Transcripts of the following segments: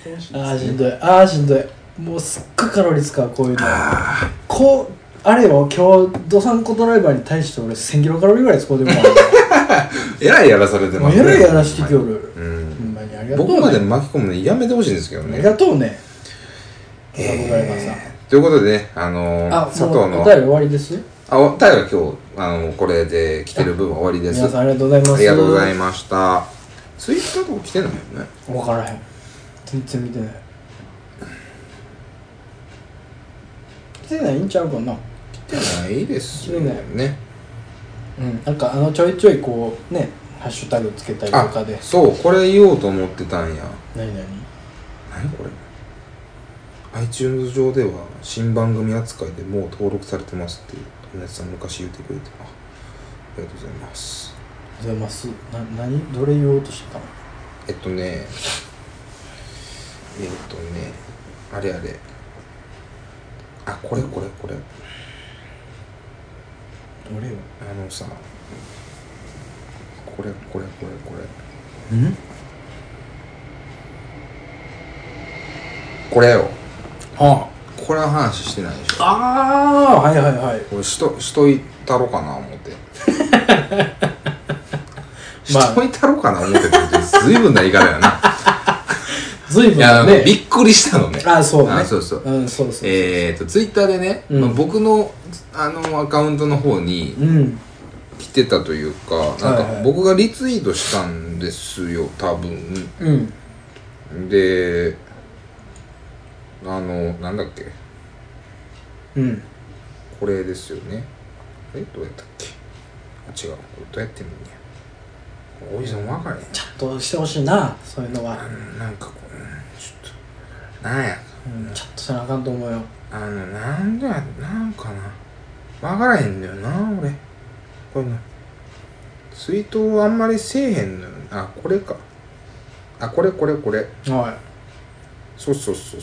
てほしいです、 ね、しんどいしんどい。もうすっごいカロリー使うこういうの。あれよ、今日ドサンコドライバーに対して俺1000キロカロリーぐらい使うてるからえらいやらされてますね。えらいやらしてきよる、 うん、 ほんまにありがとうね。 僕まで巻き込むのやめてほしいんですけどね。 ありがとうね、ドサンコドライバーさん。 ということでね、佐藤のお便り終わりです。 お便りは今日これで来てる分は終わりです。 皆さんありがとうございます。 ありがとうございました。ツイッターとか来てないよね。 分からへん、全然見てない。来てないんちゃうかな。 来てないですよね。 うん、なんかちょいちょいこうねハッシュタグつけたりとかで。 そうこれ言おうと思ってたんや。 何これ iTunes 上では新番組扱いでもう登録されてますって友達さん昔言ってくれて、ありがとうございます。 ありがとうございます。何どれ言おうとしてたの。 あれこれどれよ。 さこれんこれよ。 はこれは話してないでしょ。 はいはいはい。 これしといたろかな思ってしといたろかな思ってってずいぶんな言い方やなずいぶんね。 いやびっくりしたのね。 そうね。 そうそう、 うん、そうツイッターでね、僕のアカウントの方に来てたというか、なんか僕がリツイートしたんですよ多分。でなんだっけ、これですよね。どうやったっけ。違う、これどうやってんのね。おじさん分かれへん。 ちゃんとしてほしいな、そういうのは。 なんかちょっとなんや、 ちゃんとせなあかんと思うよ。 なんでや、なんかな分からへんのよな俺。これなツイートあんまりせえへんのよ。これか。これはい。 そう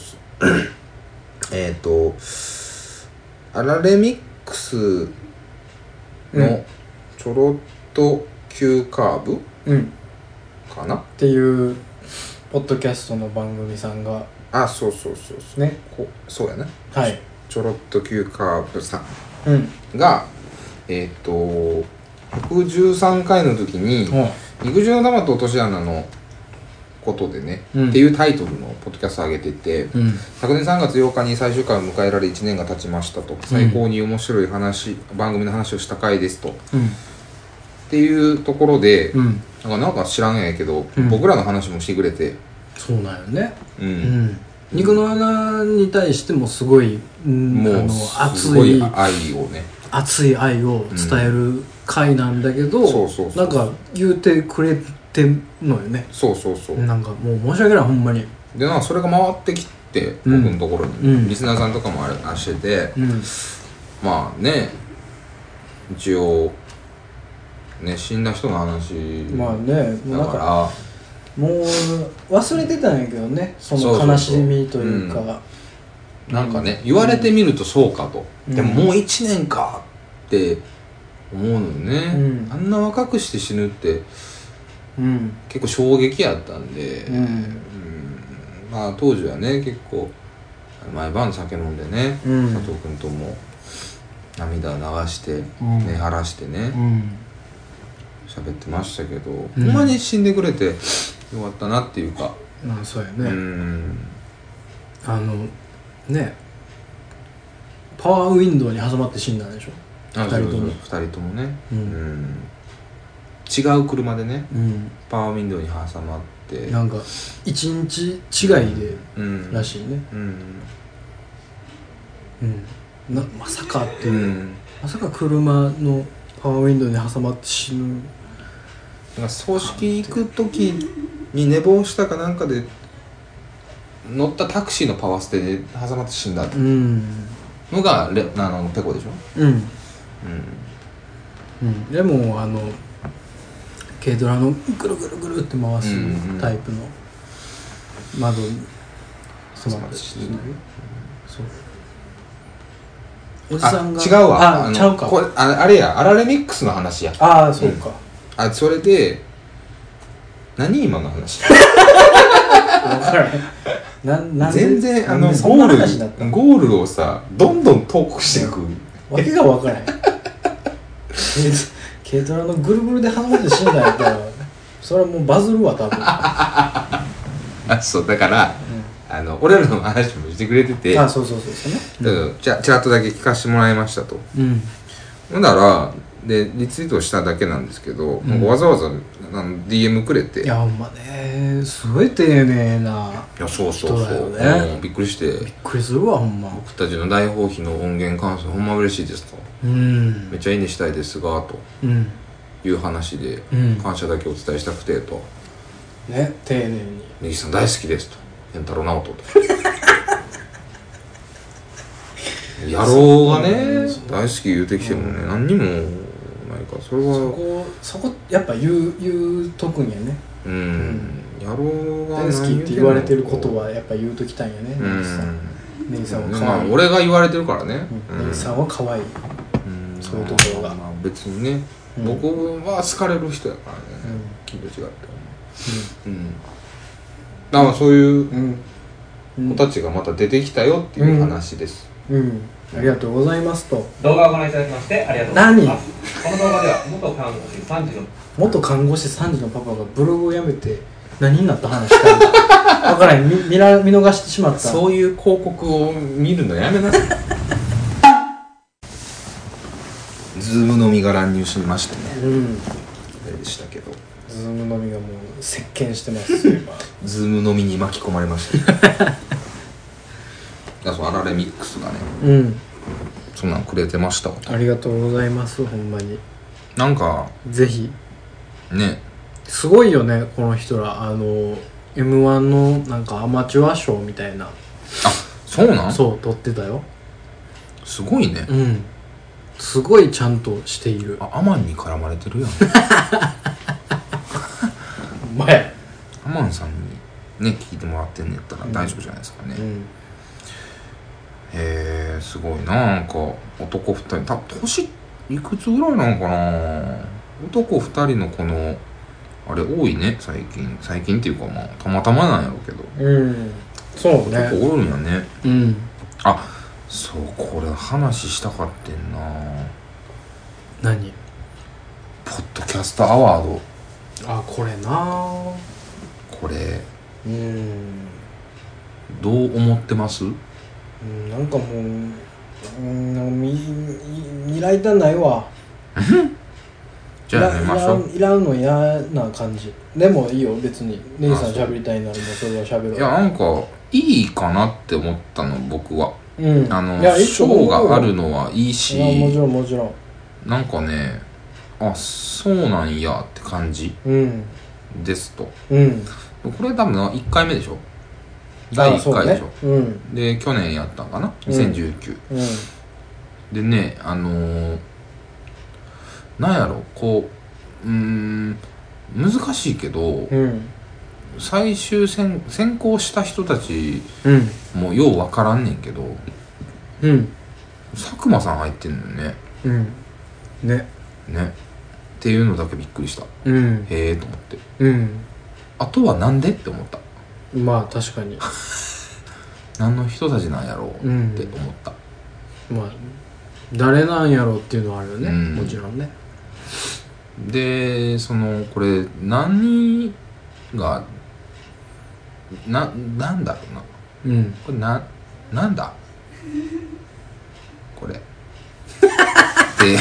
アラレミックスのちょろっと急カーブ、かなっていうポッドキャストの番組さんがそうね、 そうやな、 はい、 ちょろっと急カーブさんが113回の時に肉汁の玉と落とし穴のことでね、っていうタイトルのポッドキャストを上げてて、昨年3月8日に最終回を迎えられ1年が経ちましたと、最高に面白い番組の話をした回ですと、っていうところで、なんか知らんやけど、僕らの話もしてくれて。 そうなんよね。肉の穴に対してもすごい、 もうすごい愛をね、 熱い愛を伝える回なんだけど、なんか言うてくれてんのよね。なんかもう申し訳ない、ほんまに。 でなんかそれが回ってきて、僕のところに、リスナーさんとかもしてて、まあね、一応ね、死んだ人の話だからもう忘れてたんやけどね、その悲しみというか、 なんかね、言われてみるとそうかと、でももう1年かって思うのよね、あんな若くして死ぬって結構衝撃やったんで、まあ当時はね結構毎晩酒飲んでね、佐藤君とも涙流して目晴らしてね、喋ってましたけど、ほんまに死んでくれてよかったなっていうか。 そうやね。ね、パワーウィンドウに挟まって死んだんでしょ、2 人ともね、違う車でね、パワーウィンドウに挟まって、 なんか1日違いでらしいね。まさかっていう、まさか車のパワーウィンドウに挟まって死ぬ。 葬式行く時に寝坊したかなんかで乗ったタクシーのパワーステで挟まって死んだのがペコでしょ。 でも軽トラのぐるぐるぐるって回すタイプの窓に挟まって死んだよ。おじさんが違うわ、 ちゃうか、 これあれや、アラレミックスの話や。 そうか。 それで何今の話分からへんなんで全然なんでそんな話になったのゴールをさどんどん遠くしていくわけが分からへん軽トラのぐるぐるで挟まって死んだんやったらそれはもうバズるわ多分あそうだから、俺らの話もしてくれててそうね、 ちらっとだけ聞かせてもらいましたと、ほんだらでリツイートしただけなんですけど、なんかわざわざDM くれて、 いやほんまねすごい丁寧な、 いやそう人だよね、 びっくりしてびっくりするわほんま。 僕たちの大放棄の音源関数ほんま嬉しいですと、めっちゃいいねしたいですがという話で、感謝だけお伝えしたくてとね、丁寧に根岸さん大好きですと健太郎直人と野郎がね大好き言うてきてもね、何にもないからそれはそこやっぱ言うとくんやね。 野郎が大好きって言われてることはやっぱ言うときたんやね。根岸さんは可愛い、 俺が言われてるからね、 根岸さんは可愛い、そういうところが、 別にね、僕は好かれる人やからね、気持ちがあってだからそういう子たちがまた出てきたよっていう話です。 ありがとうございますと。 動画をご覧いただきましてありがとうございます。この動画では元看護師3時のパパがブログを辞めて何になった話したんだ分からへん、見逃してしまった。 そういう広告を見るのやめなさいズームのみが乱入しましてね、あれでしたけどズームのみがもう席巻してます今ズームのみに巻き込まれましたそうアラレミックスがね、そんなんくれてましたわ。 ありがとうございますほんまに。 なんかぜひねすごいよねこの人らM1 のなんかアマチュア賞みたいな。 そうなん？ そう取ってたよ。 すごいね。 すごいちゃんとしている。 アマンに絡まれてるやん前アマンさんにね聞いてもらってんねやったら大丈夫じゃないですかね。すごいなんか男2人年いくつぐらいなのかな。男2人のこのあれ多いね最近っていうかまあたまたまなんやろうけど、 そうね結構おるんやね。そうこれ話したかってんな。 何？ ポッドキャストアワード。 これな。 これどう思ってます？ なんかもう見られたないわじゃあやめましょう。 いらんの嫌な感じ。でもいいよ別に。姉さん喋りたいならもうそれは喋ろう。 いやなんかいいかなって思ったの僕は。ショーがあるのはいいし、 もちろんなんかねそうなんやって感じですと。これ多分1回目でしょ。第1回でしょ。で去年やったんかな2019、でねなんやろこう難しいけど、最終選考した人たちもよう分からんねんけど、佐久間さん入ってんのよね。ねっていうのだけびっくりした。へえと思って。あとはなんでって思った。 まあ確かに何の人たちなんやろうって思った。 まあ誰なんやろうっていうのはあるよね、もちろんね。 でこれ何がなんだろうな、これなんだこれで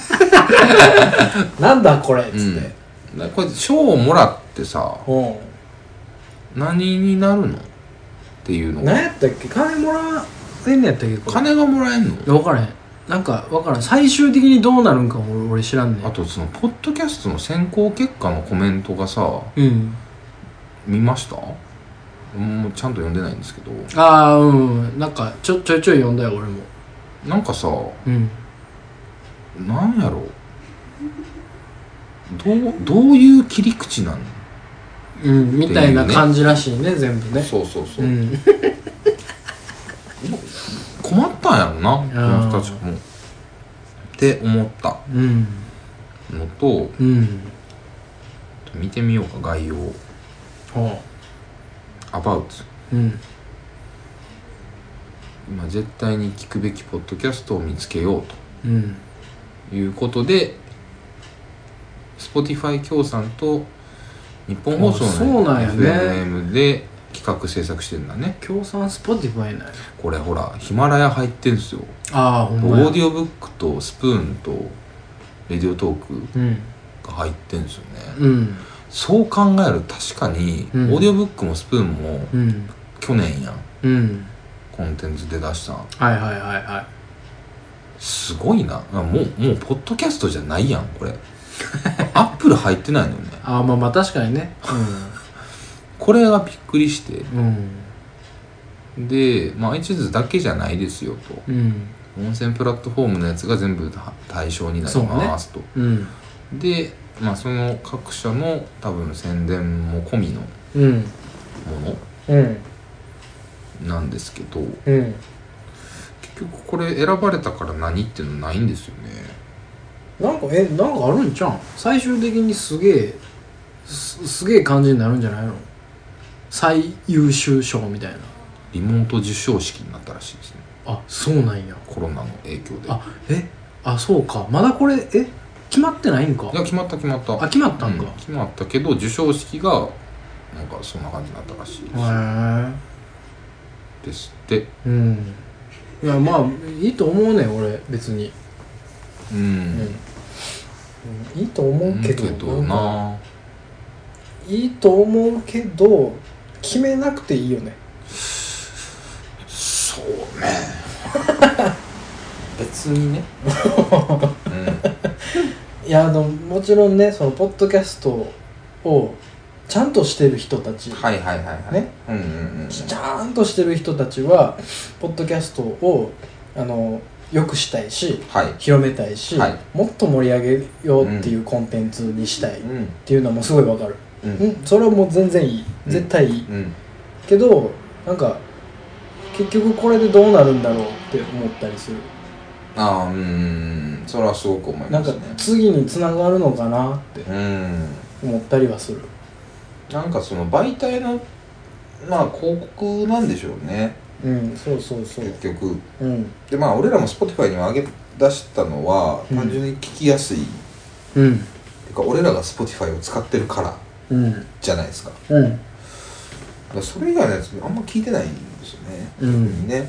なんだこれっつって、 これ賞をもらってさ何になるのっていうの。 何やったっけ？金もらえんねやったっけ？ 金がもらえんの？ 分からへん。なんか分からん。最終的にどうなるんか俺知らんねん。 あとポッドキャストの選考結果のコメントがさ、見ました？もうちゃんと読んでないんですけど。 なんかちょい読んだよ俺も。 なんかさ、なんやろどういう切り口なの？ みたいな感じらしいね全部ね。 そう、困ったんやろなこの人たちもって思ったのと、見てみようか概要。About 今絶対に聞くべきポッドキャストを見つけよううんということで、Spotify 協賛と日本放送そうなんやのね FM で企画制作してるんだね。 協賛 Spotify なんや。 これほらヒマラヤ入ってんすよ。 ああほんまや。 オーディオブックとスプーンとレディオトークうんが入ってんですよね、 うんそう考えると確かに、 うんオーディオブックもスプーンもうん去年やんうんコンテンツで出したん。 はいはいはいはいすごいな。もうポッドキャストじゃないやんこれアップル入ってないのよね。 ああまあまあ確かにねこれがびっくりしてうんで、iTunes だけじゃないですよと、 うん音声プラットフォームのやつが全部対象になりますと、 うんで、その各社の多分宣伝も込みのうんもうんのなんですけど、 うん結局これ選ばれたから何っていうのないんですよね。 なんかあるんちゃうん最終的にすげえ感じになるんじゃないの最優秀賞みたいな。 リモート授賞式になったらしいですね、 あそうなんや。 コロナの影響で。 そうかまだこれ決まってないんか。 いや決まった決まったんか、 決まったけど授賞式がなんかそんな感じになったらしいですへえですってうんいやまあいいと思うね俺別にいいと思うけどいいと思うけど決めなくていいよね。 そうね別にねいやもちろんねそのポッドキャストをちゃんとしてる人たちはいはいはいはいねちゃんとしてる人たちはポッドキャストを良くしたいし、広めたいし、もっと盛り上げようっていうコンテンツにしたいっていうのもすごいわかる、それはもう全然いい絶対いい、けどなんか結局これでどうなるんだろうって思ったりする。 それはすごく思いますね。 なんか次につながるのかなって思ったりはする。 なんかその媒体の広告なんでしょうね。 そう結局、で俺らも Spotify に上げ出したのは単純に聞きやすい、てか俺らが Spotify を使ってるからじゃないですか、だからそれ以外のやつあんま聞いてないんですよね、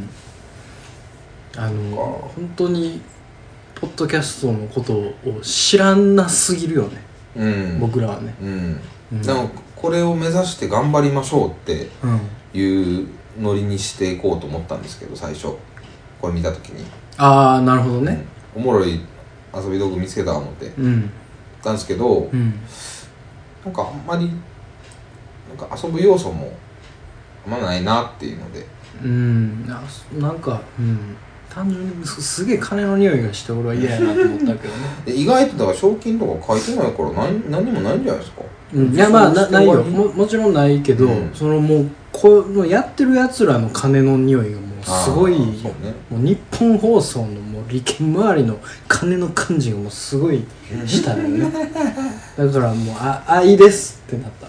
本当にポッドキャストのことを知らなすぎるよね、僕らはね、 なんかこれを目指して頑張りましょうっていうノリにしていこうと思ったんですけど最初これ見た時になるほどね、 おもろい遊び道具見つけたと思ってたんですけど、なんかあんまりなんか遊ぶ要素もあんまないなっていうのでなんか単純にすげえ金の匂いがして俺は嫌やなと思ったけどね意外とだから賞金とか書いてないから何にもないんじゃないですか。 いやないよ もちろんないけど、そのもうこのやってるやつらの金の匂いがもうすごい、もう日本放送のもう利権周りの金の感じがもうすごいしたよねだからもういいですってなった。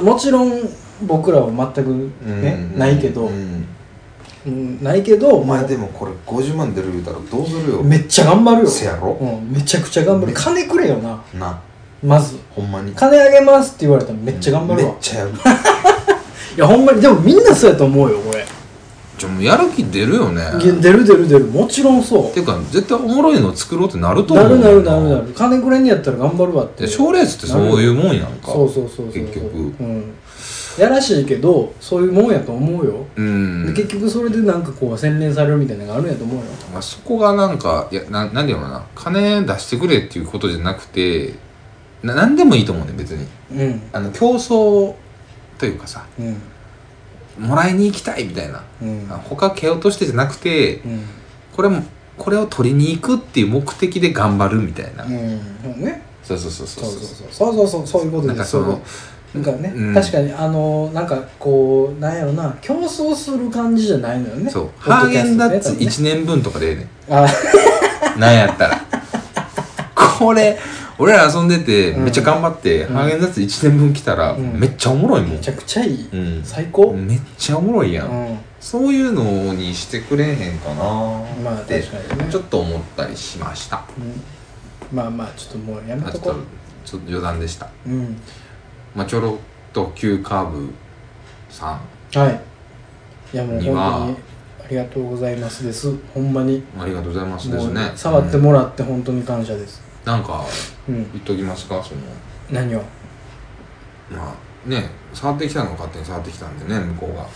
もちろん僕らは全くね、ないけど、ないけどでもこれ50万出る言うたらどうするよ。 めっちゃ頑張るよ。 せやろ、 めちゃくちゃ頑張る。金くれよなまずほんまに金あげますって言われたらめっちゃ頑張るわ、 めっちゃやるいやほんまにでもみんなそうやと思うよこれ。 もうやる気出るよね。 出るもちろんそう。 っていうか絶対おもろいの作ろうってなると思う。 なる金くれんやったら頑張るわって。 賞レースってそういうもんやんか。 そう結局やらしいけどそういうもんやと思うよ。で結局それでなんかこう洗練されるみたいなのがあるんやと思うよ。 そこがなんかなんていうのかな、金出してくれっていうことじゃなくて何でもいいと思うね別に、競争というかさ、もらいに行きたいみたいな、他蹴落としてじゃなくて、これを取りに行くっていう目的で頑張るみたいな、そういうことです。なんかね、確かになんかこうなんやろな、競争する感じじゃないのよね。 そうハーゲンダッツ1年分とかでねなんやったらこれ俺ら遊んでてめっちゃ頑張ってハーゲンダッツ1年分来たらめっちゃおもろいもん。 めちゃくちゃいい、最高。 めっちゃおもろいやん、そういうのにしてくれへんかな。 まあ確かにね、 ちょっと思ったりしました。 まあまあちょっともうやめとこう。 ちょっと余談でした。まあちょろっと急カーブさん、はい、いやもう本当にありがとうございますです。ほんまにありがとうございますですね。触ってもらって本当に感謝です。なんか言っときますか、その何を。まあね、触ってきたのは勝手に触ってきたんでね、向こうが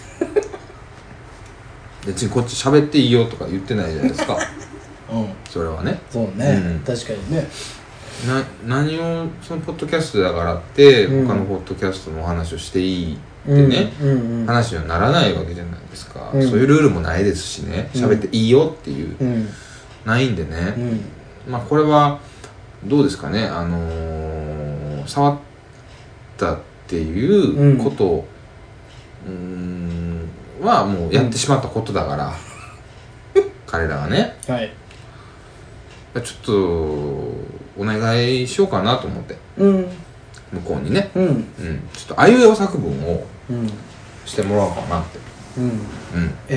別にこっち喋っていいよとか言ってないじゃないですかそれはね。そうね、確かにね。何をそのポッドキャストだからって他のポッドキャストのお話をしていいってね、話にはならないわけじゃないですか、そういうルールもないですしね、喋っていいよっていう、ないんでね、まあこれはどうですかね、触ったっていうことはもうやってしまったことだから、彼らがね、はい、ちょっとお願いしようかなと思って、向こうにね、ちょっとあいうえお作文をしてもらおうかなって。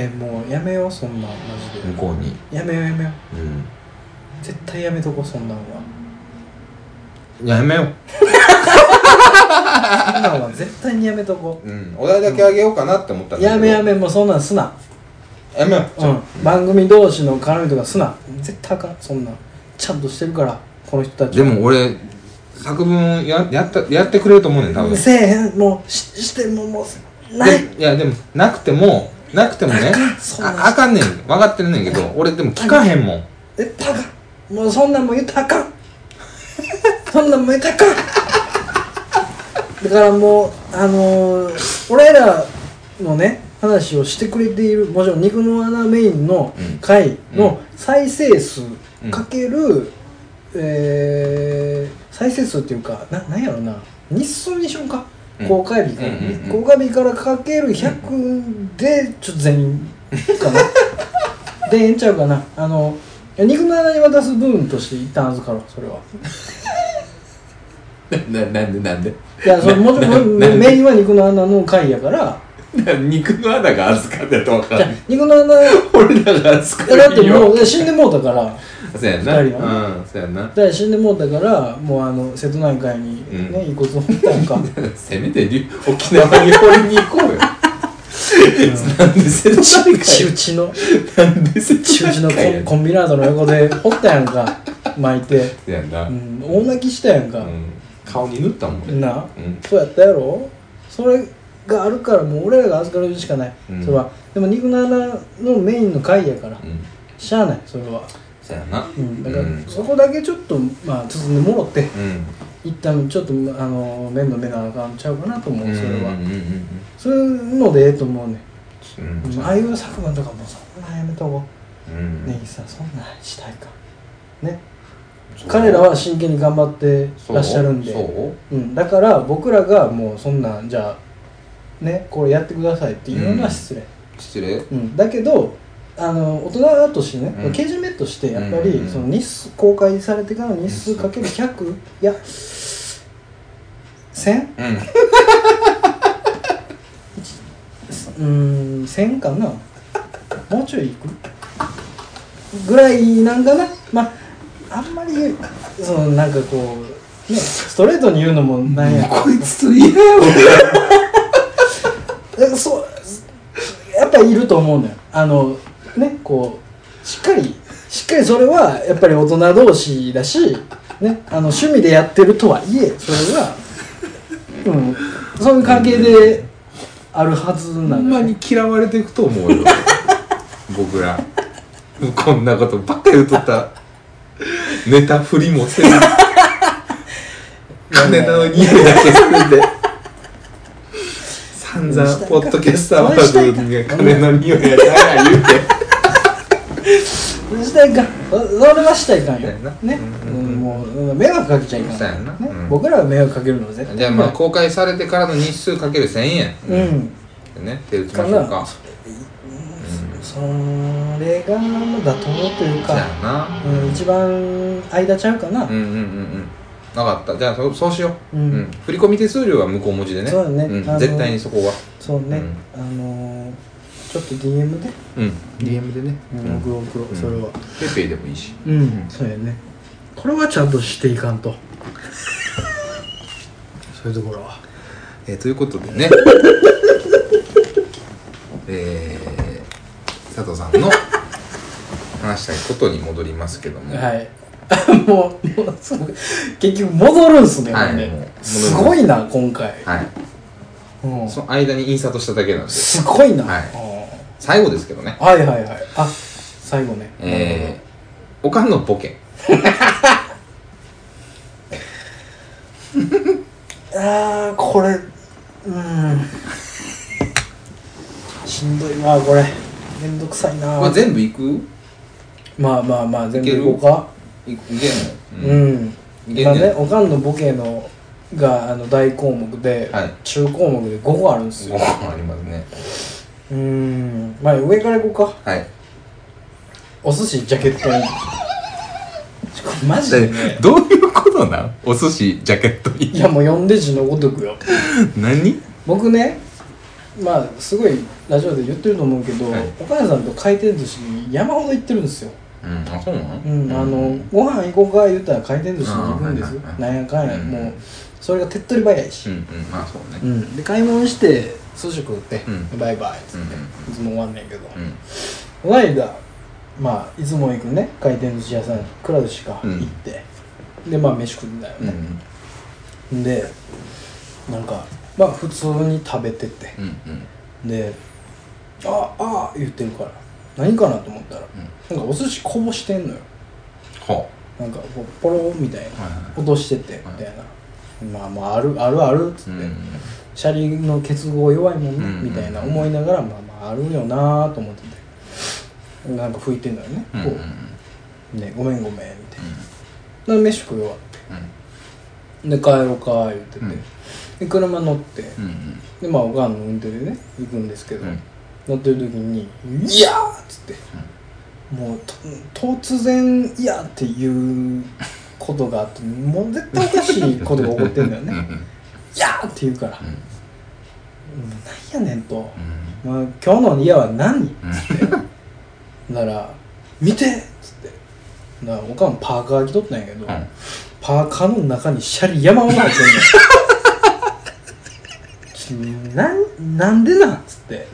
もうやめよう、そんなんマジで。向こうにやめようやめよう、絶対やめとこ、そんなんは。やめようそんなんは絶対にやめとこ。お題だけあげようかなって思ったんだけど、やめやめ、もうそんなんすな、やめよう。番組同士の絡みとかすな、絶対あかん、そんなんちゃんとしてるからこの人たち。でも俺作文やってくれると思うねん、多分。せえへん、もうしてもうない。いやでもなくてもね、あかんねん、分かってるねんけど、俺でも聞かへんもん。絶対あかん、もうそんなんも言ったらあかんそんなんも言ったらあかんだからもう俺らのね話をしてくれている、もちろん肉の穴メインの回の再生数かける、再生数っていうかなんやろな、日数にしようか、公開日から、公開日からかける100でちょっと全員かなでええんちゃうかな。肉の穴に渡す分として一旦預かろう、それはなんでいや、それもちろんメインは肉の穴の回やから肉の穴が預かってと分かんない。肉の穴俺らが預かるよ。だってもう死んでもうたからそうやな、そうやな。だから死んでもうたから、もう瀬戸内海にね、遺骨を掘ったんかせめて沖縄に掘りに行こうよなんで瀬戸内海うちのコンビナートの横で掘ったやんか巻いて。やんな、大泣きしたやんか、顔に塗ったもんな、そうやったやろ。それがあるからもう俺らが預かるしかない、それは。でも肉の穴のメインの回やから、しゃあない、それは。そうやな、だからそこだけちょっと包んでもろって、一旦ちょっと面倒見なあかんちゃうかなと思う、それは。そういうのでええと思うね。ああいう作文とかもそんなんやめとこう。ネギさんそんなんしたいかね。彼らは真剣に頑張ってらっしゃるんで、だから僕らがもうそんなんじゃあね、これやってくださいっていうのは失礼、だけど大人としてね、けじめとしてやっぱりその日数公開されてから日数かける100、いや1000、1000かな、もうちょいいくぐらいなんかな。あんまりなんかこうね、ストレートに言うのもなんや、こいつ嫌や俺そうやっぱりいると思うのよ。ね、こうしっかりそれはやっぱり大人同士だしね、趣味でやってるとはいえ、それはそういう関係であるはずなんだ。ほんまに嫌われていくと思うよ僕らこんなことばっかり言うとったネタ振りもせず金の匂いだけするんで散々ポッドキャスターワードに金の匂いがない言うてしたいか、それはしたいかんよね。もう迷惑かけちゃいかん、僕らは迷惑かけるのは絶対。じゃあ公開されてからの日数かける1000円ね、手打ちましょうか。それが妥当というか、一番間ちゃうかな。 分かった。じゃあそうしよう、振込手数料は向こう文字でね。 そうだね、 絶対にそこはそうね、ちょっと DM で DM でね、 送ろうそれはペペイでもいいし、 そうやね。これはちゃんとしていかんとそういうところはということでね佐藤さんの話したいことに戻りますけども、 はいもう結局戻るんすね、 はい、 すごいな今回、 はい、その間にインサートしただけなんですごいな、 はい、最後ですけどね。 はいあ、最後ね、 おかんのボケこれしんどいな、これめんどくさいな。 全部いく？ まあ全部いこうか。 いけんの？ね、おかんのボケのが大項目で、中項目で5個あるんですよ。 5個ありますね。 まあ上からいこうか。 はい。 お寿司ジャケットにマジでね、 どういうことなん？お寿司ジャケットに。 いやもう読んで字のごとくよ何？僕ね、まあすごいラジオで言ってると思うけど、お母さんと回転寿司に山ほど行ってるんですよ。 あ、そうなの？ ご飯行こうか言ったら回転寿司に行くんですよ。なんやかんや、もうそれが手っ取り早いし、 まあそうね。 で買い物して寿司食って、バイバイっつって、いつも終わんねんけど、この間まあいつも行くね回転寿司屋さんくら寿司か行って、でまあ飯食うんだよね、でなんかまあ普通に食べてて、であ言ってるから何かなと思ったら、なんかお寿司こぼしてんのよ。なんかこうポロみたいな落としててみたいな、まああるっつって、シャリの結合弱いもんねみたいな思いながら、まああるよなと思ってて、なんか拭いてんのよね、こうね、ごめんみたいな。飯食い終わってで帰ろうか言ってて、で車乗って、でまあおかんの運転でね行くんですけど、乗ってる時に「いやー!」っつって、もう突然「いや!」っていうことがあって、もう絶対おかしいことが起こってんだよねいやーって言うから「なんやねん」と「まあ、今日のいやは何?」っつってなら「見て!」っつってだからおかんパーカー着とったんやけど、パーカーの中にシャリ山ほど入ってんのなんでなんっつって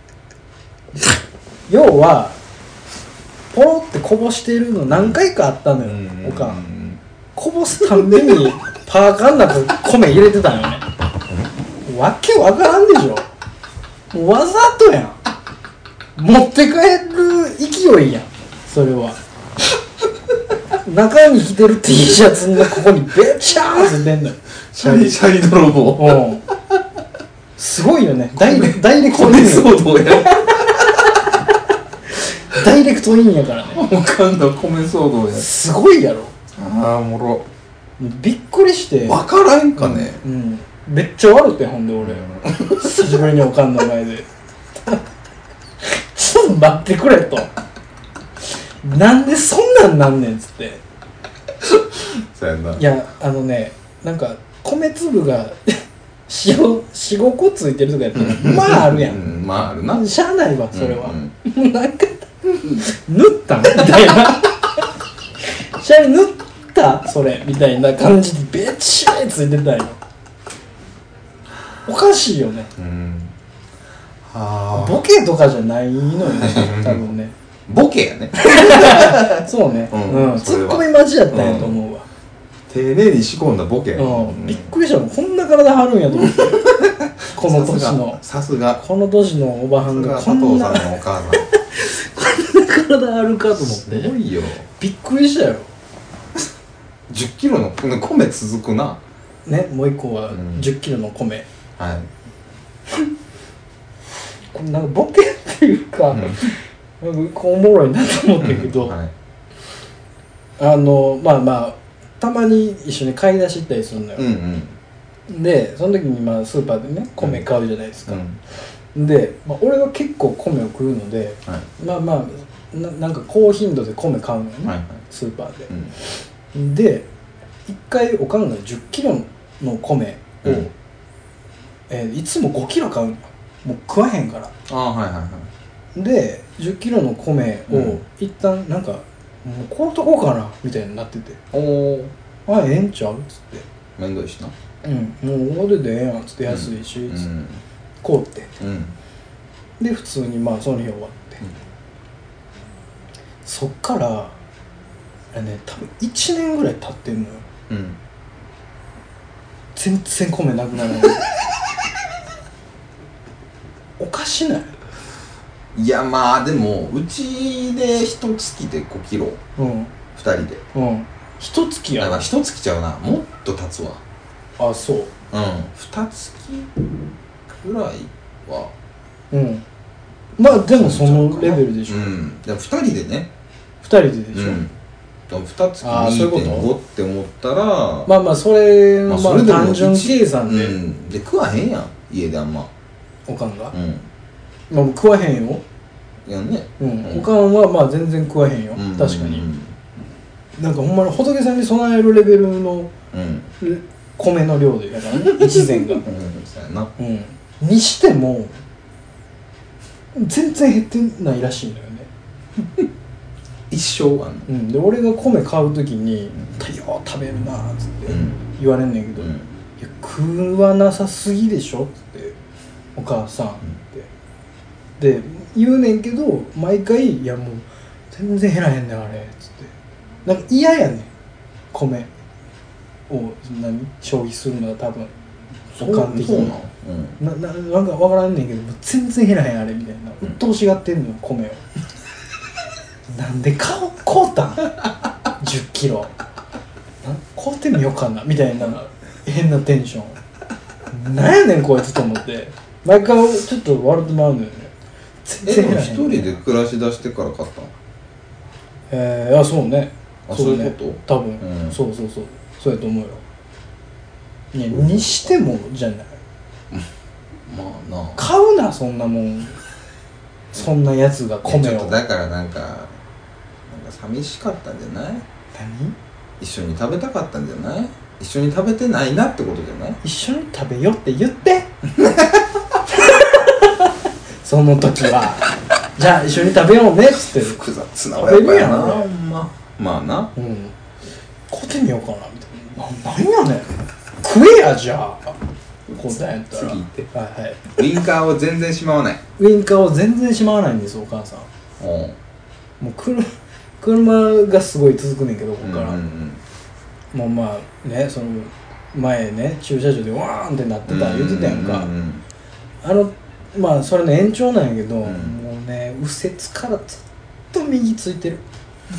要はポロってこぼしてるの何回かあったのよ、おかんこぼすたんびにパーカーの中米入れてたのよねわけわからんでしょ、もうわざとやん、持って帰る勢いやんそれは中に着てる T シャツのここにべちゃーって出んのよシャリ泥棒、 すごいよね、ダイレクトイン騒動やダイレクトインやからね、 おかんの米騒動や、 すごいやろ。 ああおもろ、びっくりして分からんかね、 めっちゃ笑って、ほんで俺久しぶりにおかんの前でちょっと待ってくれと、なんでそんなんなんねんっつって、 そうやな、いやなんか米粒が4,5 個ついてるとかやったらまああるやん、 まああるな、 しゃあないわそれは、なんか塗ったんみたいなシャリ塗ったそれみたいな感じでべちゃりついてたよ、おかしいよね、ボケとかじゃないのよね多分ねボケやねそうね、ツッコミ待ちやったんやと思うわ、 丁寧に仕込んだボケ、 びっくりしたもん、こんな体張るんやと思ってこの年のさすがこの年のおばはんがこんな佐藤さんのお母さんこんな体あるかと思って、 すごいよ、 びっくりしたよ 10キロの米続くなね、もう一個は10キロの米、これなんかボケっていうか、なんかおもろいなと思ったけど、まあたまに一緒に買い出し行ったりするのよ、でその時にまあスーパーでね米買うじゃないですか、で、俺は結構米を食うので、なんか高頻度で米買うのよね、スーパーで、で一回おかんが10キロの米を、いつも5キロ買うの。もう食わへんから。で10キロの米を一旦なんか、もうこうとこうかなみたいになってて、ええんちゃうっつって、 めんどいしな、 もうこれでええやんっつって、安いしっつって、こうって、で普通にまあその日終わって、そっからね、多分1年ぐらい経ってんのよ、全然米なくならないおかしない？ いやまあでもうちで1月で5キロ、2人で 1月やだから1月ちゃうな、もっと経つわ。 あ、そう 2月ぐらいはまあでもそのレベルでしょ。 でも2人でね、 2人ででしょ。 2月 2.5 って思ったらまあまあそれまあ単純計算でで食わへんやん家であんまおかんがまあ食わへんよやんね。 おかんはまあ全然食わへんよ、確かに。なんかほんまに仏さんに備えるレベルの米の量でだからね、一膳がにしても全然減ってないらしいんだよね一生あんの。 で俺が米買う時に「太陽食べるな」っつって言われんねんけど「いや食わなさすぎでしょ」っつって「お母さん」ってで言うねんけど、毎回「いやもう全然減らへんねんあれ」っつってなんか嫌やねん、米を消費するのが多分おかん的になんか分からんねんけど全然減らへんあれみたいな、うっとうしがってんのよ米をなんで買うたん10キロ買うてみようかなみたいな変なテンション、なんやねんこいつと思って毎回ちょっと笑ってまうんだよね。 全然減らへん。一人で暮らし出してから買ったの？あ、そうね。 そういうこと？ 多分、そうそうやと思うよ。いやにしてもじゃないまあな、 買うなそんなもん、そんなやつが米を。 ちょっとだからなんか寂しかったんじゃない？一緒に食べたかったんじゃない？一緒に食べてないなってことじゃない？ 一緒に食べよって言ってその時はじゃあ一緒に食べようねっつって複雑な親子やな。まあな、 買ってみようかなみたいな。なんやねん食えやじゃあこんなんやったら。 次行って。 はいウインカーを全然しまわない。 ウインカーを全然しまわないんですお母さん。もう車がすごい続くねんけどここから、もうまあね、その前ね駐車場でワーンってなってた言ってたやんか。まあそれの延長なんやけど、もうね右折からずっと右ついてる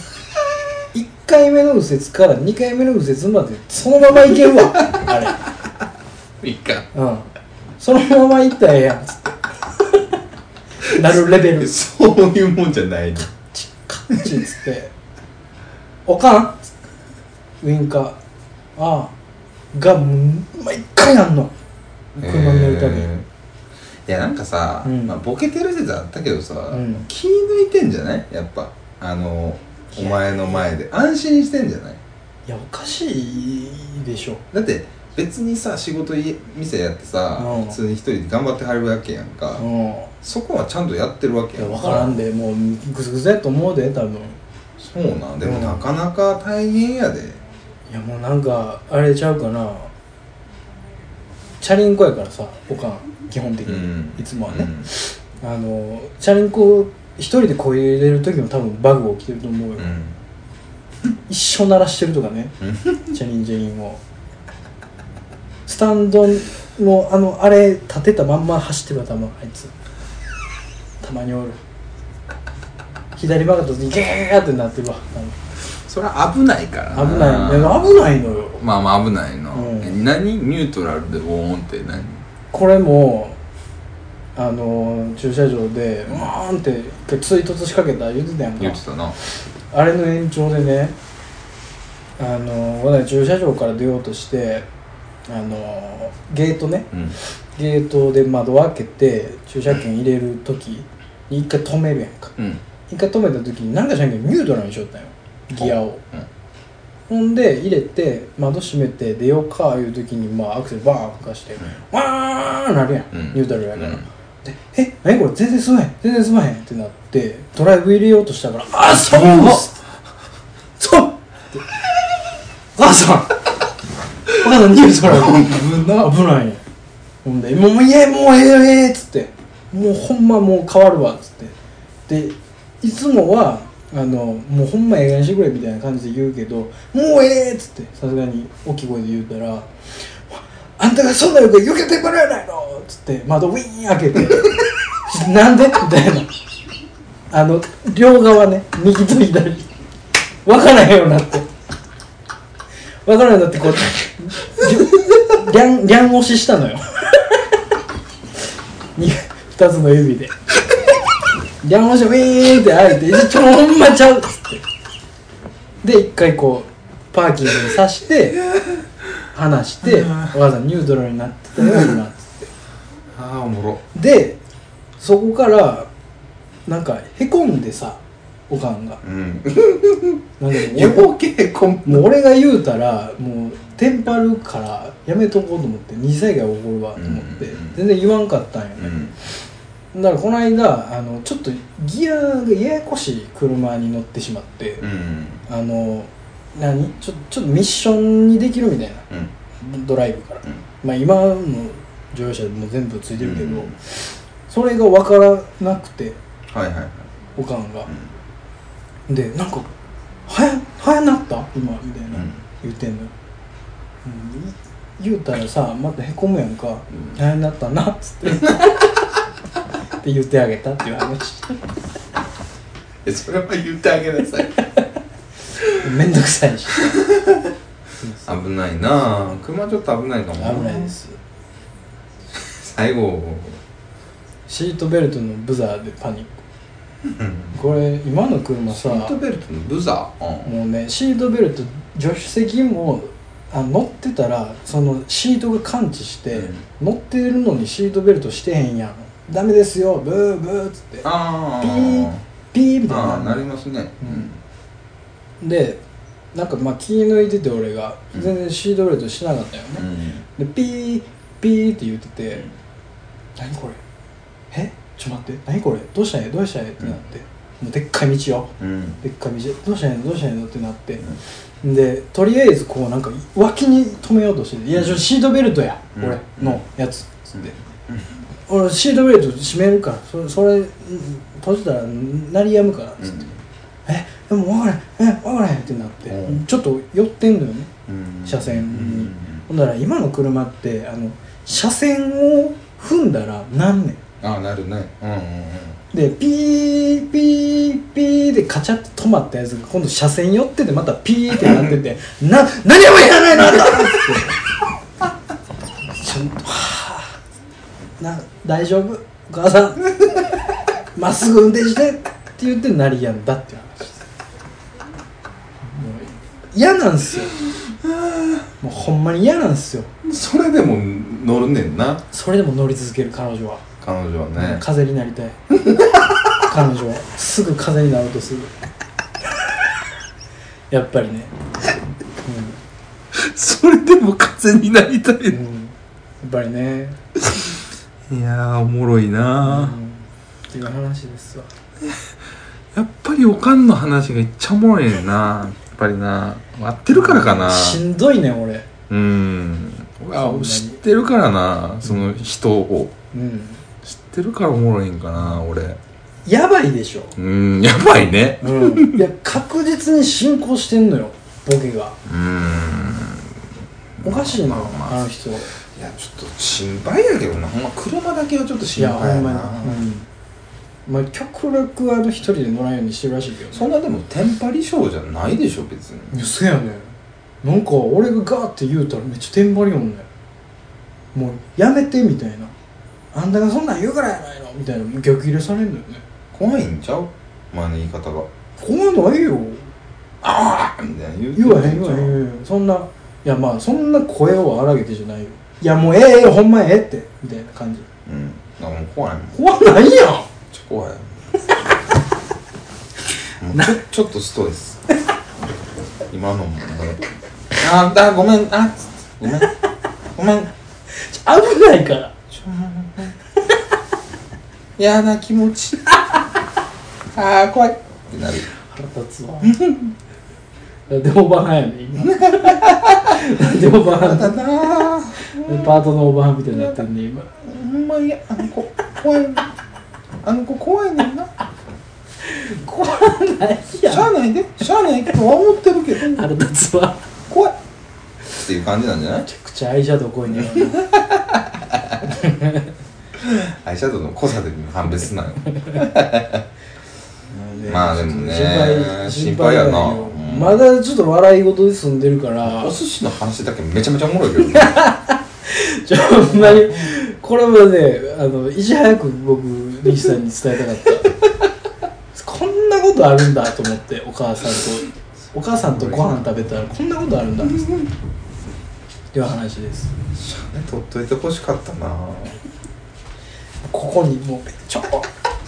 1回目の右折から2回目の右折までそのまま行けるわあれいいか、 そのまま行ったらええやんっつってなるレベル。 そういうもんじゃないの。 カッチっつっておかんウインカーが毎回やんの車に乗るたびに。 いやなんかさ、まあ、ボケてる説あったけどさ、気抜いてんじゃない？やっぱお前の前で安心してんじゃない？ いやおかしいでしょ。 だって別にさ仕事店やってさ、普通に一人で頑張ってはるわけやんか、そこはちゃんとやってるわけやんか。 分からんで、もうグズグズやと思うで多分。 そうなんでもなかなか大変やで。 いやもうなんかあれちゃうかな、チャリンコやからさおかん基本的に、いつもはね、チャリンコ一人でこ入れる時も多分バグ起きてると思うよ、一生鳴らしてるとかねチャリンをスタンドのあれ立てたまんま走ってるわ多分あいつたまにおる。左曲がった時にゲーってなってるわ。 それは危ないからな。 危ないのよ。 まあまあ危ないの、何ニュートラルでウォーンって何？ これも駐車場でワーンって一回追突しかけた言ってたやんか。 言ってたな。 あれの延長でね、私駐車場から出ようとしてゲートね、ゲートで窓を開けて駐車券入れる時に一回止めるやんか、一回止めた時に何かしらんけどニュートラルにしよったんよギアを、 ほんで入れて窓閉めて出ようかいう時にアクセルバーン吹かして、わーなるやん、ニュートラルやから、で何これ全然進まへんってなってドライブ入れようとしたからそうってお母さんニュートラル危ない。ほんでもうええっつってもうほんまもう変わるわっつってでいつもはもうほんまええ加減してくれみたいな感じで言うけどもうええっつってさすがに大きい声で言うたらあんたがそんな横避けてもらえないのっつって窓ウィーン開けてなんでみたいな両側ね右と左分からへんようになってこうリャン押ししたのよ2つの指でリャン押しウィーンって開いてほんまちゃうっつってで一回こうパーキングに刺して離してお母さんニュートラルになってたよ今っつっておもろでそこからなんかへこんでさおかんが、なんかもう俺が言うたらもうテンパるからやめとこうと思って2歳が起こるわと思って全然言わんかったんよね、だからこの間ちょっとギアがややこしい車に乗ってしまって、ちょっとミッションにできるみたいな、ドライブから、今の乗用車でも全部ついてるけど、それが分からなくて、おかんが、でなんか早なった今みたいな、言ってんのよ、言うたらさまたへこむやんか、早なったなっつってって言ってあげたっていう話それは言ってあげなさいめんどくさいし危ないなぁ、車ちょっと危ないかも。 危ないです。 最後シートベルトのブザーでパニックこれ今の車さシートベルトのブザー、 もうねシートベルト助手席も乗ってたらそのシートが感知して、乗ってるのにシートベルトしてへんやんダメですよブーブーっつってピーピーみたいななりますね、 でなんか気抜いてて俺が全然シートベルトしなかったよね、でピーピーって言ってて、何これちょっと待って何これどうしたんやってなって、もうでっかい道よ、でっかい道どうしたんやってなって、でとりあえずこうなんか脇に止めようとしてて、いやシートベルトや、俺のやつつって、俺シートベルト締めるからそれ閉じたら鳴りやむからつって、でも分からへんってなって、ちょっと寄ってんのよね、車線に。ほんだら今の車って車線を踏んだらなんねん。 なるね。 でピーピーピーでカチャッと止まったやつが今度車線寄っててまたピーってなってて何もやらないなんだってちょっと大丈夫お母さんまっすぐ運転してって言って鳴りやんだっていう話です。もう嫌なんすよもうほんまに嫌なんすよ。 それでも乗るねんな。 それでも乗り続ける彼女はね、風になりたい彼女はすぐ風になろうとするやっぱりね、 それでも風になりたい、やっぱりね。 いやおもろいな、 っていう話ですわ。 やっぱりおかんの話がいっちゃおもろいねんな。やっぱりな合ってるからかな。 しんどいね俺。 知ってるからな、その人を、知ってるからおもろいんかな俺。 やばいでしょ。 やばいね。 いや確実に進行してんのよボケが。おかしいな、あの人。いやちょっと心配やけどな、ほんま車だけはちょっと心配やな。いやほんまに、極力一人で乗らんようにしてるらしいけど、そんなでもテンパり症じゃないでしょ別に。 いやそうやねん。なんか俺がガーって言うたらめっちゃテンパりよんねん。もうやめてみたいな、あんたがそんなん言うからやないのみたいな逆切れされるんだよね。 怖いんちゃう前の言い方が。 怖ないよ。 ああみたいな言わへんそんな。いやそんな声を荒げてじゃないよ。いやもうほんまってみたいな感じ。 だからもう怖いもん。 怖ないやん。 怖いちょっとストレス今のもごめんごめん危ないからやだ気持ち怖いってなる。 腹立つわでもおばはんやね今でもおばはんだなパートのおばはんみたいになってんね今。 ほんまにあの子怖い怖いねんな。 怖ないやん。 しゃあないけど思ってるけど腹立つわ怖いっていう感じなんじゃない？ めちゃくちゃアイシャドウ濃いねアイシャドウの濃さで判別すなよまあでもね心配やな、 まだちょっと笑い事で済んでるからお寿司の話だけめちゃめちゃおもろいけどねほんまにこれはねいち早く僕西さんに伝えたかったこんなことあるんだと思ってお母さんとご飯食べたらこんなことあるんだっていう話です。 取っといてほしかったな。 ここにもうちょっと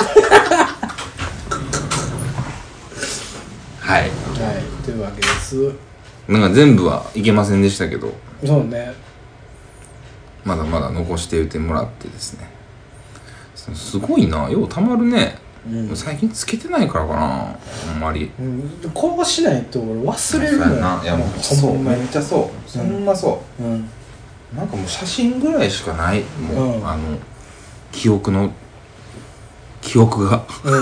はい、 というわけです。 なんか全部はいけませんでしたけど、 そうね、 まだまだ残しておいてもらってですね。すごいな、ようたまるね、最近つけてないからかなあんまり、 こうしないと俺忘れるもん。 いやもうそうめっちゃそう、そんなそう、なんかもう写真ぐらいしかないもう、記憶が記憶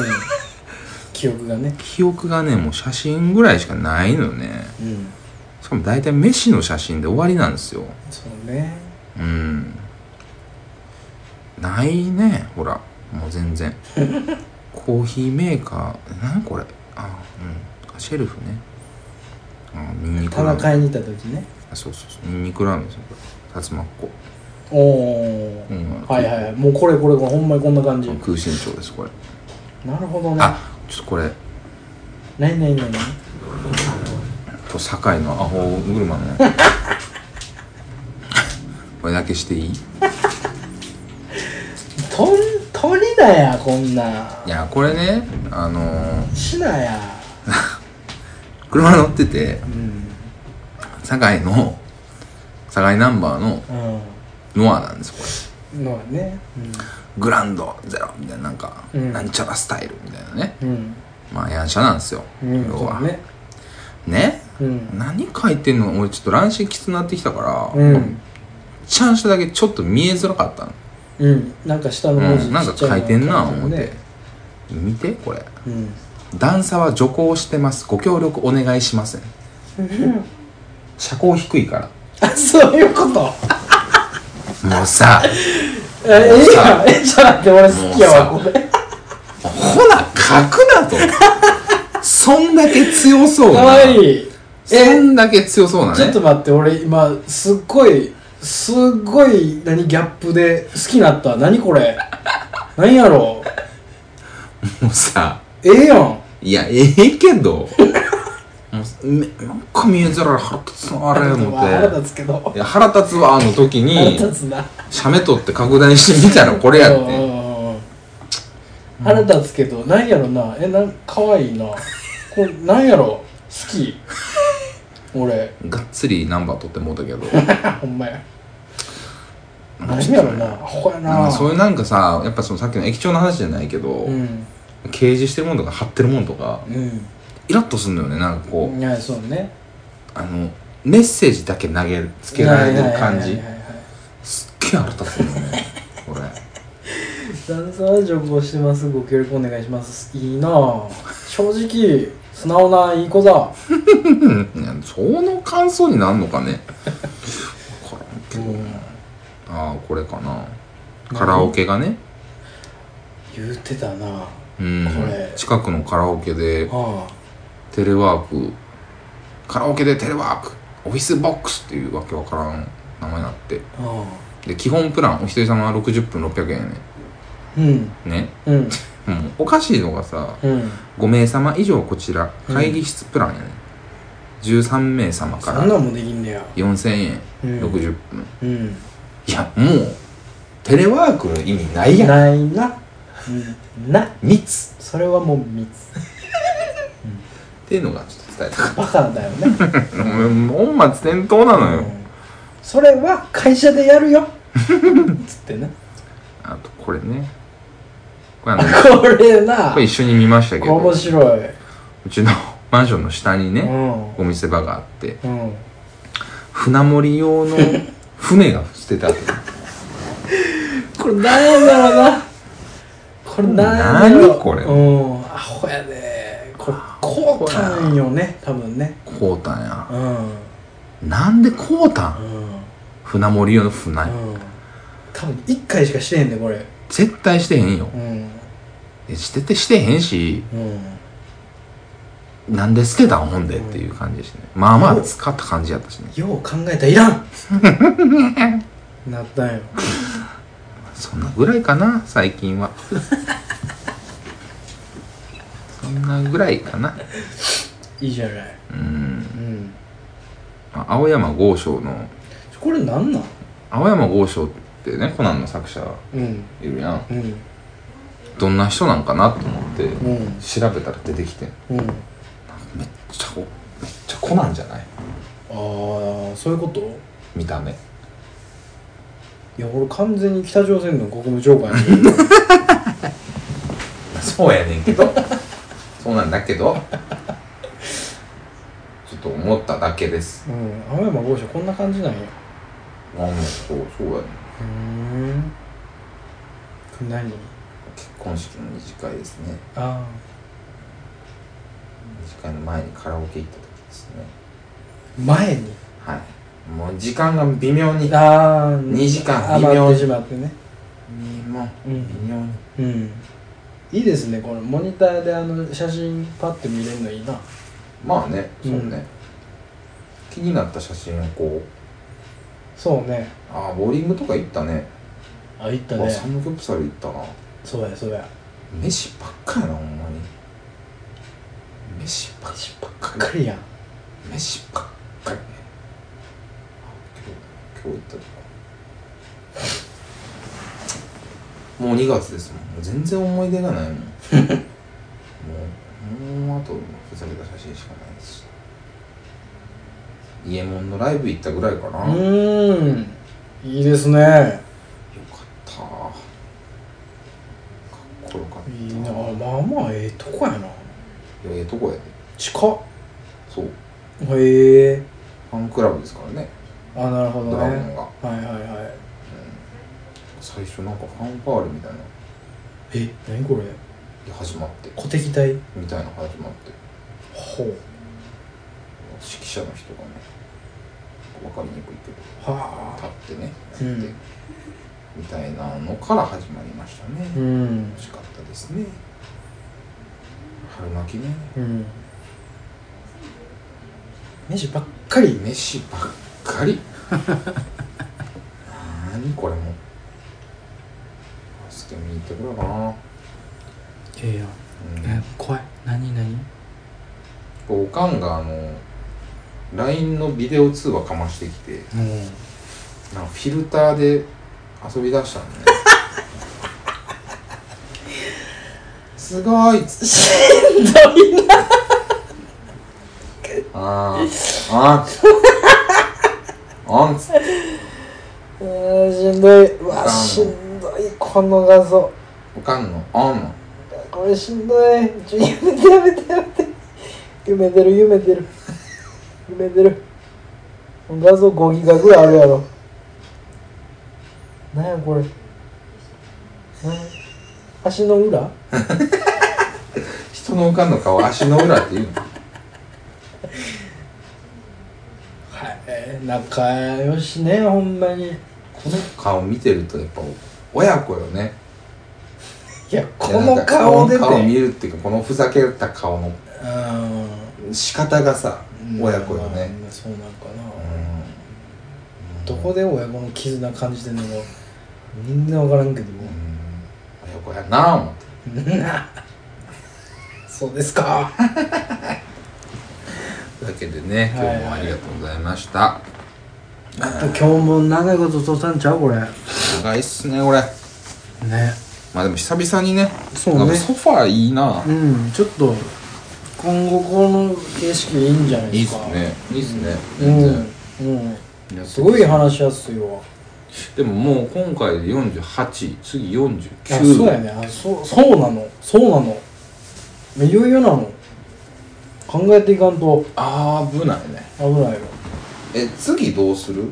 がねもう写真ぐらいしかないのよね、しかも大体飯の写真で終わりなんですよ。 そうね、 ないね、ほらもう全然コーヒーメーカー何これ、シェルフね、ニンニクラーメン、 買いに行った時ね、 そうニンニクラーメンですよこれ、竜巻粉、 はいもうこれほんまにこんな感じ、 空心鳥ですこれ。 なるほどね。 ちょっとこれ何と堺のアホ車のこれだけしていい？ 鳥だやこんな。 いやこれねしなや車乗ってて、堺ナンバーのノアなんですこれ。 ノアね、 グランドゼロみたいな、なんか、なんちゃらスタイルみたいなね、まあやんしゃなんですよ、要はね、何書いてんの俺ちょっと乱視きつなってきたから、ちゃんしただけちょっと見えづらかったの。 なんか下の文字なんか書いてんな思って、見てこれ、段差は徐行してます、ご協力お願いしません。車高低いから。 そういうこと。 もうさちょっと待って俺好きやわこれ。 ほな書くなと。そんだけ強そうな。 かわいい。 そんだけ強そうなね。 ちょっと待って俺今すっごいギャップで好きになった。何これ。何やろう。もうさ。 やん。 いやけど。なんか見えづらい腹立つなあれ思って。 腹立つけど。 いや腹立つわの時に。 腹立つな。 写メ撮って拡大してみたらこれやって。 腹立つけど何やろな。かわいいな。これ何やろ好き。俺。 がっつりナンバー撮ってもうたけど。 ほんまや。何やろな。アホやな。 そういうなんかさ、やっぱそのさっきの駅長の話じゃないけど、掲示してるものとか貼ってるものとか、イラッとすんのよね、なんかこう。 いや、そうね。 メッセージだけつけられてる感じ。すっげえ腹立つのよね、これ。 段差は徐行してます、ご協力お願いします。いいなぁ。正直、素直ないい子だ。 その感想になんのかね。分からんけど。これかな。カラオケがね。 言うてたな。これ。 近くのカラオケで。テレワーク、カラオケでテレワークオフィスボックスっていうわけわからん名前になって、で基本プランお一人様60分600円ね、もうおかしいのがさ、5名様以上こちら会議室プランやね、13名様から4000円60分、いやもうテレワークの意味ないやん。 ないな、 密、 それはもう密っていうのがちょっとたりとかバカだよね本末転倒なのよ、 それは会社でやるよつってね。 あとこれね、 これな、 これ一緒に見ましたけど、 面白い。 うちのマンションの下にね、お店場があって、船盛り用の船が捨ててあったこれ何やろな、これ何やろ、 これ、 アホやで、これこうたんよね、多分ね。 こうたんや、なんでこうたん、船盛り用の船、 多分1回しかしてへんねこれ。 絶対してへんよ、してへんし、なんで捨てたんほんでっていう感じでしたね。まあまあ使った感じやったしね。 よう考えたらいらんなったんよ。 そんなぐらいかな最近はそんなぐらいかな。 いいじゃない。 青山剛昌の、 これなんなん？ 青山剛昌ってね、コナンの作者いるやん、どんな人なんかなと思って調べたら出てきて、めっちゃコナンじゃない？ ああ、そういうこと？ 見た目。 いや、俺完全に北朝鮮の国務長官そうやねんけどそうなんだけどちょっと思っただけです。 青山剛昌こんな感じなんや。 そうやねん。 これ何？ 結婚式の二次会ですね。 ああ、 二次会の前にカラオケ行った時ですね。 前に？ はい、もう時間が微妙に 2 時間微妙に余ってしまってね。 もう微妙に、 いいですね、このモニターで写真パッて見れるのいいな。 まあね、そうね、気になった写真をこう。 そうね。 ボーリングとか行ったね。 行ったね。 サムギョプサル行ったな。 そうやそうや。 飯ばっかやな、ほんまに。飯ばっかりやん。 飯ばっかりね。今日行ったとかもう2月ですもん。もう全然思い出がないもんもうあとふざけた写真しかないですし、イエモンのライブ行ったぐらいかな。 いいですね。 よかったかっこよかった。 いいな。まあまあええとこやな。 いや、ええとこやで。 近っ。 そう、 へえ。 ファンクラブですからね。 なるほどね。 ドラゴンが。 はいはいはい。 最初なんかファンファーレみたいな。 何これ？ 始まって。 鼓笛隊みたいなの始まって。 ほう。 指揮者の人がね、分かりにくいけど、立ってね、やって、みたいなのから始まりましたね。楽しかったですね。春巻きね。 飯ばっかり。 飯ばっかり。何これも。バスケ見に行ってくれかな。 怖い。何？ おかんがLINE のビデオ通話かましてきて、なんかフィルターで遊び出したんだねすごいしんどいなしんどい。うわ、しんどい、この画像。 おかんのあんのこれしんどい。やめて夢出る画像5ギガぐらいあるやろ。なんやこれ。足の裏人のおかんの顔足の裏って言うの仲良しね、ほんまに。 この顔見てるとやっぱ親子よね。 いや、この顔でこの顔見るっていうか、このふざけた顔の仕方がさ、親子よね。 そうなんかな。どこで親子の絆感じてんのかみんな分からんけども、 親子やなぁ思ってそうですかだけでね、今日もありがとうございました。 今日も長いこと撮ったんちゃうこれ。 長いっすねこれね。 まあでも久々にね、 そうね、 ソファーいいな。 ちょっと今後この形式いいんじゃないですか。 いいっすね、いいっすね、 全然、うん、すごい話しやすいわ。 でももう今回で48、次49。 あ、そうやね。あ、そうなの、そうなの。いよいよなの。考えていかんと。 危ないね。 危ないよ。 次どうする？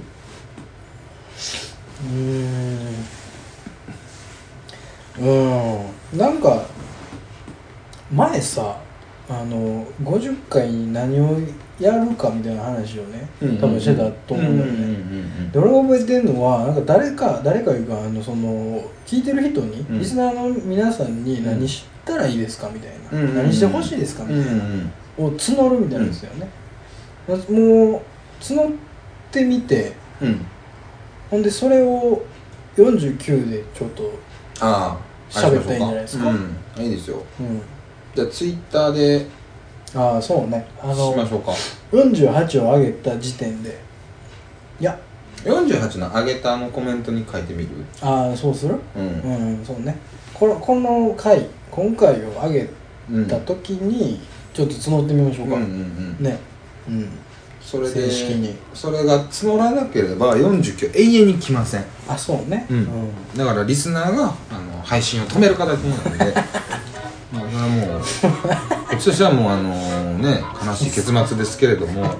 なんか前さ50回に何をやるかみたいな話をね、多分してたと思うんだよね。で俺が覚えてるのはなんか誰かいうかその聞いてる人に、リスナーの皆さんに何したらいいですかみたいな、何してほしいですかみたいな、を募るみたいなんですよね。もう募ってみて、ほんでそれを49でちょっと喋ったらいいんじゃないですか。 いいですよ。じゃあツイッターでそうね、 しましょうか。 48を上げた時点で、いや 48の上げたコメントに書いてみる？ そうする？そうね。この回、今回を上げた時にちょっと募ってみましょうか。ね。 それで正式にそれが募らなければ49永遠に来ません。 そうね。 だからリスナーが配信を止める形になるのでそれはもうこっちとしてはもうね、悲しい結末ですけれども、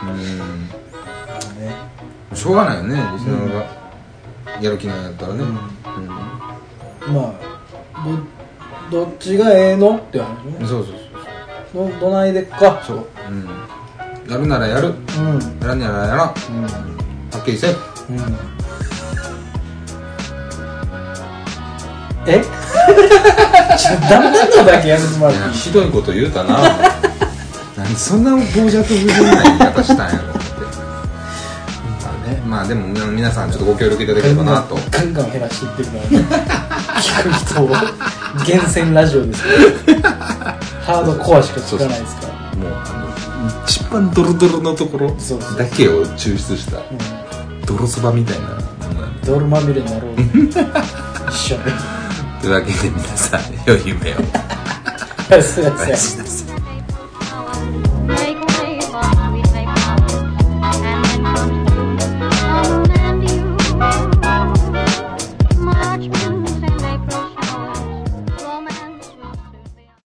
しょうがないよね、リスナーがやる気なんやったらね。 まあどっちがええのって話ね。そうどないでっか。そう、 やるならやる、やらんならやらん、はっきりせん。 ダメのだけやめてもらっていい？ ひどいこと言うたななんでそんな傍若無人な言い方したんやろって。まあでも皆さんちょっとご協力いただければなと。 ガンガン減らしていってるからね聞く人を厳選ラジオですからハードコアしか聞かないですから。 もう一番ドロドロのところだけを抽出した泥そばみたいなものなんで、 泥まみれになろう一緒にというわけで皆さん良い夢を。 おやすみなさい。